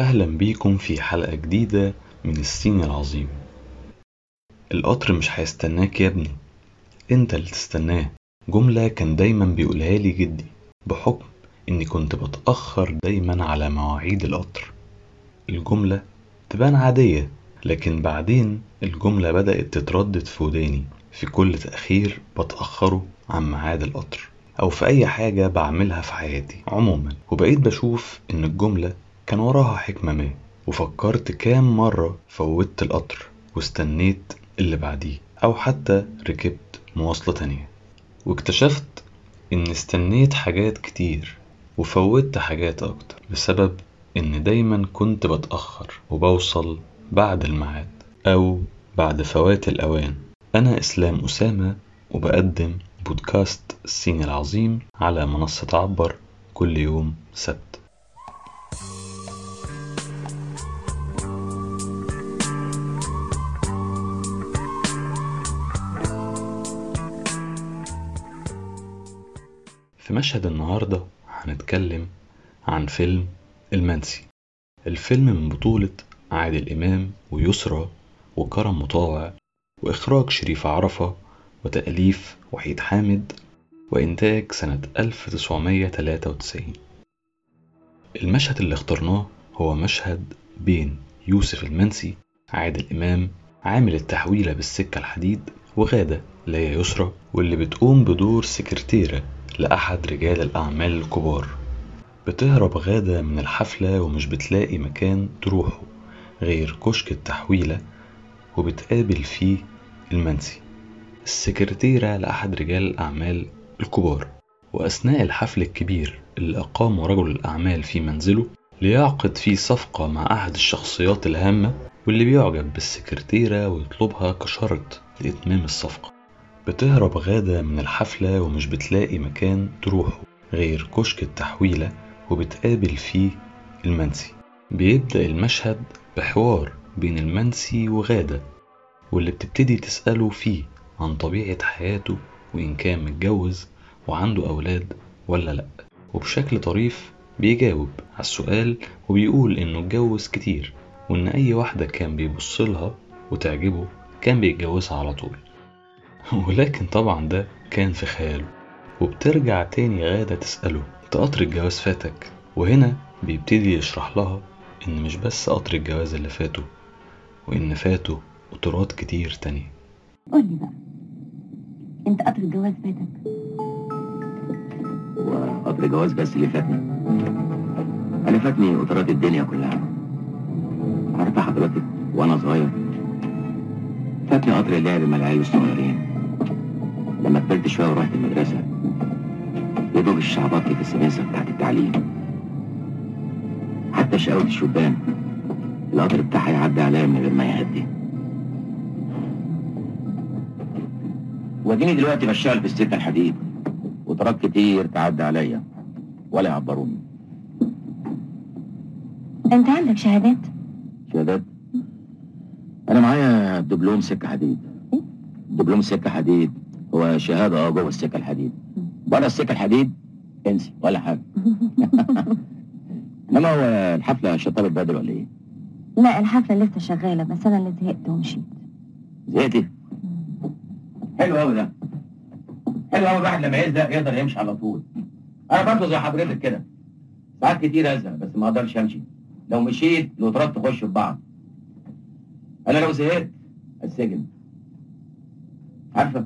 أهلا بيكم في حلقة جديدة من الصين العظيم. القطر مش هيستناك يا ابني، انت اللي تستناه. جملة كان دايما بيقولها لي جدي بحكم اني كنت بتأخر دايما على مواعيد القطر. الجملة تبان عادية، لكن بعدين الجملة بدأت تتردد في وداني في كل تأخير بتأخره عن ميعاد القطر أو في أي حاجة بعملها في حياتي عموما، وبقيت بشوف إن الجملة كان وراها حكمة ما. وفكرت كام مرة فوتت القطر واستنيت اللي بعديه أو حتى ركبت مواصلة تانية، واكتشفت إن استنيت حاجات كتير وفوتت حاجات أكتر بسبب إن دايما كنت بتأخر وبوصل بعد الميعاد أو بعد فوات الأوان. أنا إسلام أسامة، وبقدم بودكاست الصين العظيم على منصة عبر كل يوم سبت. في مشهد النهاردة هنتكلم عن فيلم المنسي. الفيلم من بطولة عادل إمام ويسرى وكرم مطاوع، وإخراج شريف عرفة، وتأليف وحيد حامد، وإنتاج سنة 1993. المشهد اللي اخترناه هو مشهد بين يوسف المنسي عادل إمام عامل التحويلة بالسكة الحديد، وغادة اللي هي يسرى واللي بتقوم بدور سكرتيرة لأحد رجال الأعمال الكبار. بتهرب غادة من الحفلة ومش بتلاقي مكان تروحه غير كشك التحويلة، وبتقابل فيه المنسي السكرتيرة لأحد رجال الأعمال الكبار. وأثناء الحفل الكبير اللي أقامه رجل الأعمال في منزله ليعقد فيه صفقة مع أحد الشخصيات الهامة، واللي بيعجب بالسكرتيرة ويطلبها كشرط لإتمام الصفقة. بتهرب غادة من الحفلة ومش بتلاقي مكان تروحه غير كشك التحويلة، وبتقابل فيه المنسي. بيبدأ المشهد بحوار بين المنسي وغادة، واللي بتبتدي تسأله فيه عن طبيعة حياته وإن كان متجوز وعنده أولاد ولا لأ. وبشكل طريف بيجاوب على السؤال وبيقول إنه اتجوز كتير، وإن أي واحدة كان بيبصلها وتعجبه كان بيتجوزها على طول. ولكن طبعا ده كان في خياله. وبترجع تاني غادة تسأله انت قطر الجواز فاتك؟ وهنا بيبتدي يشرح لها إن مش بس قطر الجواز اللي فاته، وإن فاته قطرات كتير تانية. قولي بقى، انت قطر الجواز فاتك؟ وقطر الجواز بس اللي فاتني؟ انا فاتني قطرات الدنيا كلها. عارف حضرتك وانا صغير فاتني قطر اللعب مع العيال الصغيرين. لما كبرت شويه ورحت المدرسه يدوب الشعبات في السماسه بتاعت التعليم. حتى شقاوة الشبان القطر بتاعها يعدي عليا من غير ما يهدي. وديني دلوقتي بشتغل في السكه الحديد، وطرات كتير تعدي عليا ولا يعبروني. انت عندك شهادات؟ شهادات؟ انا معايا دبلوم سكه حديد. دبلوم سكه حديد هو شهاده جوه السكه الحديد، بره السكه الحديد انسي ولا حاجه. انما هو الحفله شطبت بدري ولا ايه؟ لا، الحفله لسه شغاله، بس انا اللي زهقت ومشيت. زهقتي؟ حلو قوي ده، حلو قوي. الواحد لما يزهق يقدر يمشي على طول. انا برضه زي حضرتك كده، ساعات كتير ازهق بس ما اقدرش امشي. لو مشيت الوترات تخش في بعض. انا لو زهقت السجن. عارفه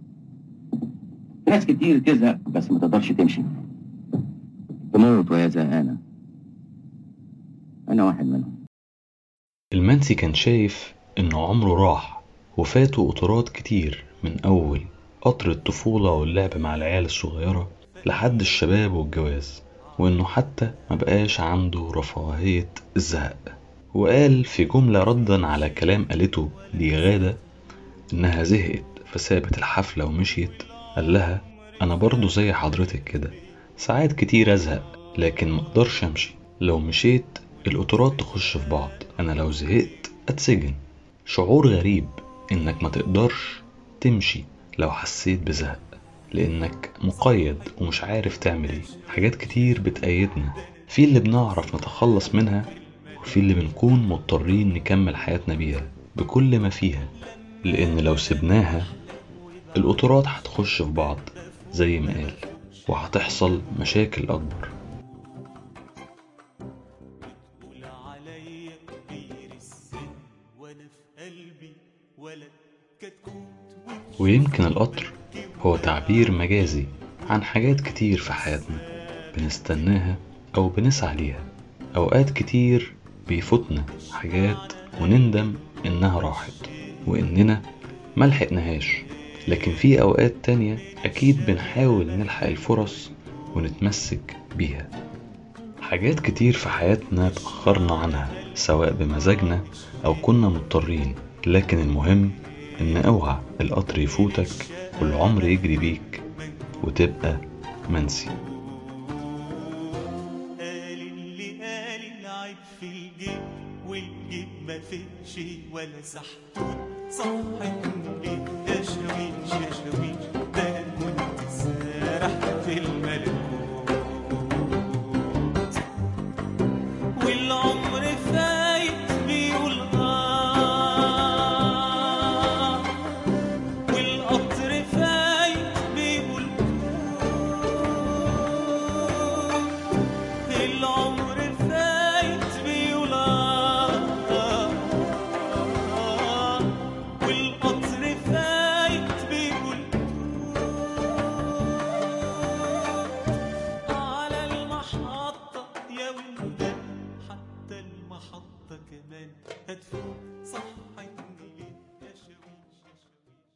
ناس كتير تزهق بس ما تقدرش تمشي، تموت وهي زهقانه. انا واحد منهم. المنسي كان شايف إنه عمره راح وفاته قطرات كتير، من أول قطر الطفولة واللعب مع العيال الصغيرة لحد الشباب والجواز، وإنه حتى ما بقاش عنده رفاهية الزهق. وقال في جملة ردا على كلام قالته دي غادة إنها زهقت فسابت الحفلة ومشيت، قال لها أنا برضو زي حضرتك كده، ساعات كتير أزهق لكن مقدرش أمشي. لو مشيت القطرات تخش في بعض، أنا لو زهقت أتسجن. شعور غريب إنك ما تقدرش تمشي لو حسيت بزهق، لأنك مقيد ومش عارف تعمل إيه. حاجات كتير بتقيدنا، في اللي بنعرف نتخلص منها وفي اللي بنكون مضطرين نكمل حياتنا بيها بكل ما فيها، لأن لو سبناها القطارات هتخش في بعض زي ما قال، وهتحصل مشاكل أكبر. ويمكن القطر هو تعبير مجازي عن حاجات كتير في حياتنا بنستناها أو بنسعى ليها. أوقات كتير بيفوتنا حاجات ونندم إنها راحت وإننا ملحقناهاش، لكن في أوقات تانية أكيد بنحاول نلحق الفرص ونتمسك بيها. حاجات كتير في حياتنا تأخرنا عنها سواء بمزاجنا أو كنا مضطرين، لكن المهم إن اوعى القطر يفوتك والعمر يجري بيك وتبقى منسي. قال اللي قال العيب في الجيب والجيب ما فيش ولا سحتوت، صحتني يا شاويش يا شاويش، ده كنت سارح في الملكوت، والعمر فايت بيقول والقطر فايت بيقول العمر فايت بيقول والقطر فايت بيقول على المحطة يا ولدان، حتى المحطة كمان هتفوت، صحتني